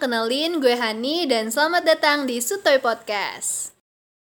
kenalin gue Hani dan selamat datang di Sutoy Podcast.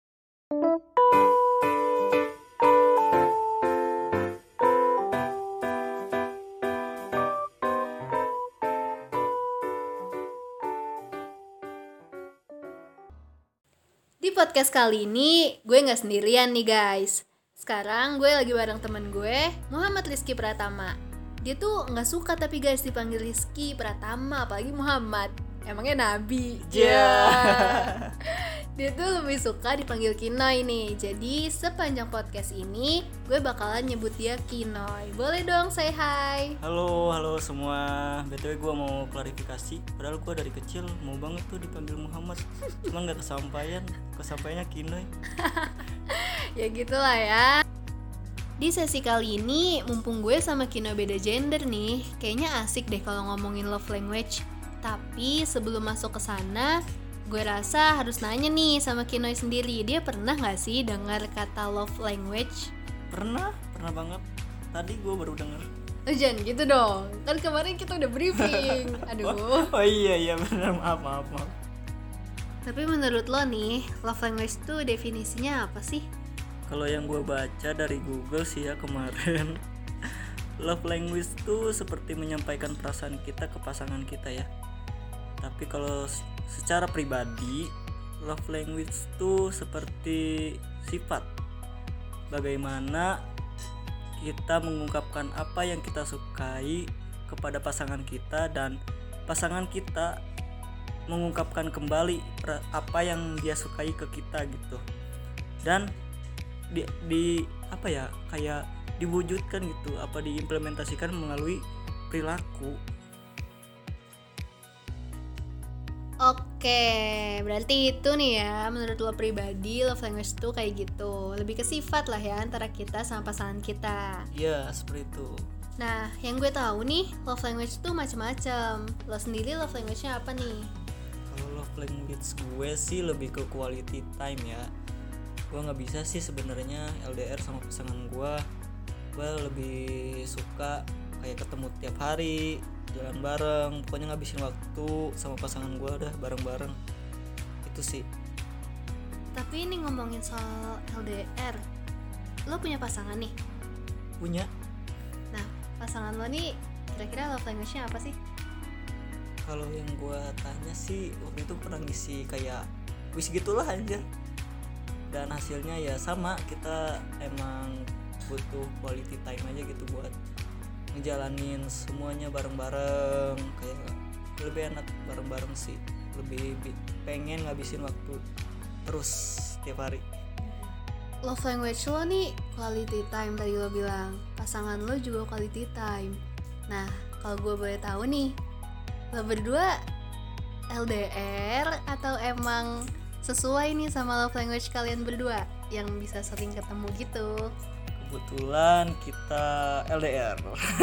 Di podcast kali ini gue gak sendirian nih guys. Sekarang gue lagi bareng temen gue, Muhammad Rizky Pratama. Dia tuh gak suka tapi guys dipanggil Rizky Pratama, apalagi Muhammad. Emangnya Nabi? Yeah. Dia tuh lebih suka dipanggil Kinoy nih. Jadi sepanjang podcast ini gue bakalan nyebut dia Kinoy. Boleh dong say hi. Halo semua. BTW gue mau klarifikasi. Padahal gue dari kecil mau banget tuh dipanggil Muhammad. Cuma gak kesampaiannya Kinoy. Ya gitulah ya. Di sesi kali ini mumpung gue sama Kinoy beda gender nih, kayaknya asik deh kalau ngomongin love language. Tapi sebelum masuk ke sana, gue rasa harus nanya nih sama Kinoy sendiri. Dia pernah gak sih dengar kata love language? Pernah banget. Tadi gue baru denger. Jangan gitu dong, kan kemarin kita udah briefing. Aduh. Oh iya benar, maaf. Tapi menurut lo nih, love language tuh definisinya apa sih? Kalau yang gue baca dari Google sih ya kemarin, love language tuh seperti menyampaikan perasaan kita ke pasangan kita ya. Tapi kalau secara pribadi, love language tuh seperti sifat bagaimana kita mengungkapkan apa yang kita sukai kepada pasangan kita dan pasangan kita mengungkapkan kembali apa yang dia sukai ke kita gitu. Dan di apa ya, kayak diwujudkan gitu, apa diimplementasikan melalui perilaku. Oke, berarti itu nih ya, menurut lo pribadi love language tuh kayak gitu. Lebih ke sifat lah ya antara kita sama pasangan kita. Iya, seperti itu. Nah, yang gue tahu nih, love language tuh macam-macam. Lo sendiri love language-nya apa nih? Kalau love language gue sih lebih ke quality time ya. Gue nggak bisa sih sebenarnya LDR sama pasangan gue. Gue lebih suka kayak ketemu tiap hari, jalan bareng, pokoknya ngabisin waktu sama pasangan gue udah bareng-bareng. Itu sih. Tapi ini ngomongin soal LDR, lo punya pasangan nih? Punya. Nah, pasangan lo nih kira-kira love language-nya apa sih? Kalau yang gue tanya sih waktu itu pernah ngisi kayak kuis gitulah aja. Dan hasilnya ya sama, kita emang butuh quality time aja gitu buat ngejalanin semuanya bareng-bareng. Kayak lebih enak bareng-bareng sih, lebih pengen ngabisin waktu terus tiap hari. Love language lo nih quality time tadi lo bilang, pasangan lo juga quality time. Nah, kalau gue boleh tahu nih, lo berdua LDR atau emang sesuai nih sama love language kalian berdua yang bisa sering ketemu gitu? Kebetulan kita LDR.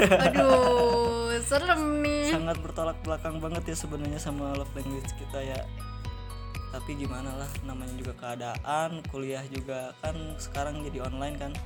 Aduh, serem nih. Sangat bertolak belakang banget ya sebenarnya sama love language kita ya. Tapi gimana lah, namanya juga keadaan, kuliah juga kan sekarang jadi online kan.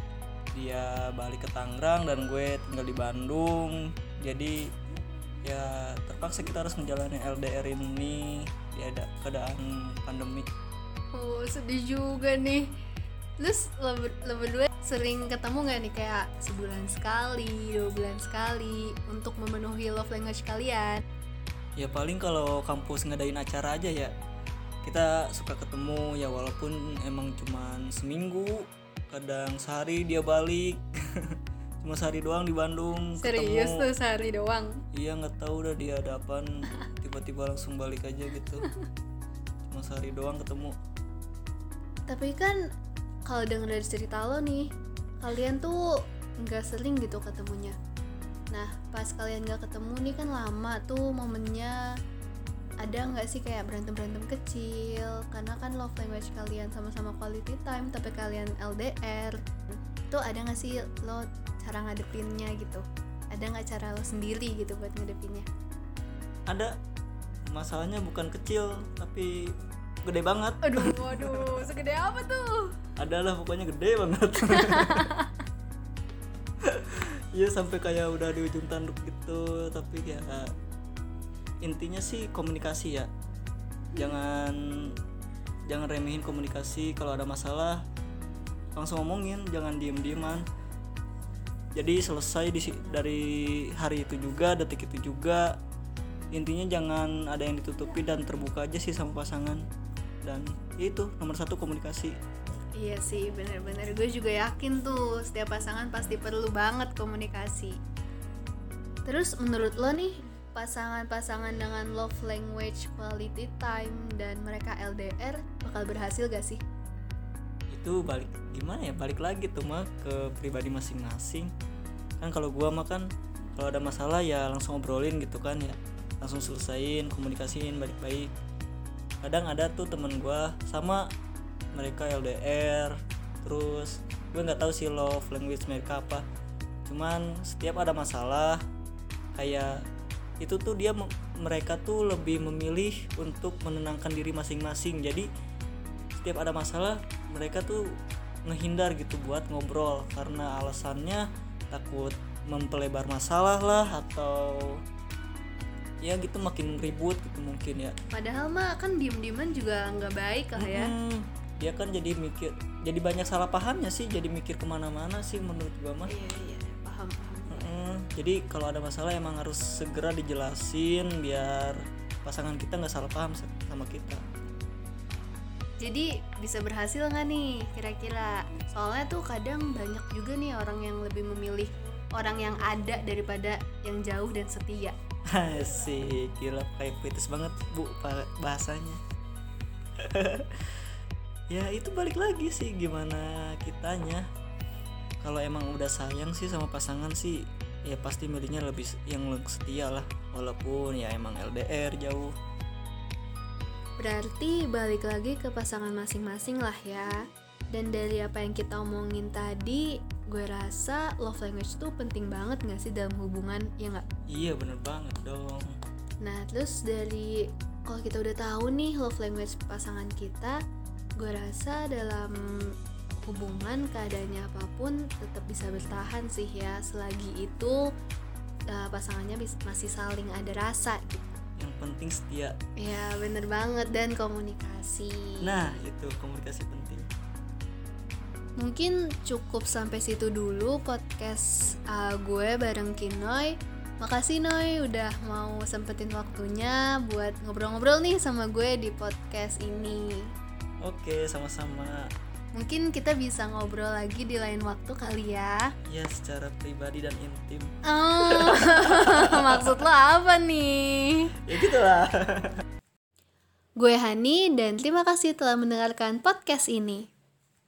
Dia balik ke Tangerang dan gue tinggal di Bandung. Jadi ya terpaksa kita harus menjalani LDR ini di keadaan pandemi. Oh, sedih juga nih. Terus lo berdua sering ketemu gak nih, kayak sebulan sekali, 2 bulan sekali, untuk memenuhi love language kalian? Ya paling kalau kampus ngadain acara aja ya, kita suka ketemu ya, walaupun emang cuman seminggu, kadang sehari dia balik. Cuma sehari doang di Bandung. Serius ketemu. tuh sehari doang? Iya, nggak tahu udah dia ada apaan, tiba-tiba langsung balik aja gitu. Cuma sehari doang ketemu. Tapi kan kalau denger dari cerita lo nih, kalian tuh nggak sering gitu ketemunya. Nah, pas kalian nggak ketemu nih kan lama tuh momennya. Ada nggak sih kayak berantem kecil? Karena kan love language kalian sama-sama quality time, tapi kalian LDR. Tuh ada nggak sih lo cara ngadepinnya gitu? Ada nggak cara lo sendiri gitu buat ngadepinnya? Ada. Masalahnya bukan kecil, tapi gede banget. Aduh, segede apa tuh? Adalah pokoknya gede banget. Iya, sampai kayak udah di ujung tanduk gitu. Tapi ya intinya sih komunikasi ya. Jangan remehin komunikasi. Kalau ada masalah langsung ngomongin, jangan diem-dieman. Jadi selesai dari hari itu juga, detik itu juga. Intinya jangan ada yang ditutupi dan terbuka aja sih sama pasangan. Dan itu nomor 1 komunikasi. Iya sih, benar-benar gue juga yakin tuh setiap pasangan pasti perlu banget komunikasi. Terus menurut lo nih, pasangan-pasangan dengan love language quality time dan mereka LDR bakal berhasil gak sih? Itu balik lagi tuh mah ke pribadi masing-masing. Kan kalau gua mah kan kalau ada masalah ya langsung ngobrolin gitu kan ya, langsung selesain, komunikasiin baik-baik. Kadang ada tuh temen gua sama mereka LDR, terus gue nggak tahu sih love language mereka apa, cuman setiap ada masalah kayak itu tuh mereka tuh lebih memilih untuk menenangkan diri masing-masing. Jadi setiap ada masalah mereka tuh ngehindar gitu buat ngobrol karena alasannya takut mempelebar masalah lah, atau ya gitu makin ribut gitu mungkin ya. Padahal mah kan diem-dieman juga nggak baik lah ya. Dia kan jadi banyak salah pahamnya sih, jadi mikir kemana-mana sih menurut gua mah. Iya paham. Jadi kalau ada masalah emang harus segera dijelasin biar pasangan kita nggak salah paham sama kita. Jadi bisa berhasil nggak nih kira-kira? Soalnya tuh kadang banyak juga nih orang yang lebih memilih orang yang ada daripada yang jauh dan setia. Sih, gila kayak puitis banget bu bahasanya. Ya itu balik lagi sih gimana kitanya. Kalau emang udah sayang sih sama pasangan sih, ya pasti milihnya lebih yang setia lah, walaupun ya emang LDR jauh. Berarti balik lagi ke pasangan masing-masing lah ya. Dan dari apa yang kita omongin tadi, gue rasa love language tuh penting banget gak sih dalam hubungan, ya gak? Iya bener banget dong. Nah terus dari kalau kita udah tahu nih love language pasangan kita, gue rasa dalam hubungan keadaannya apapun tetap bisa bertahan sih ya, selagi itu pasangannya masih saling ada rasa gitu. Yang penting setia. Ya bener banget, dan komunikasi. Nah itu komunikasi penting. Mungkin cukup sampai situ dulu podcast gue bareng Kinoy. Makasih Noy udah mau sempetin waktunya buat ngobrol-ngobrol nih sama gue di podcast ini. Oke, sama-sama. Mungkin kita bisa ngobrol lagi di lain waktu kali ya. Ya secara pribadi dan intim. Oh, maksud lo apa nih? Ya gitulah. Gue Hani dan terima kasih telah mendengarkan podcast ini.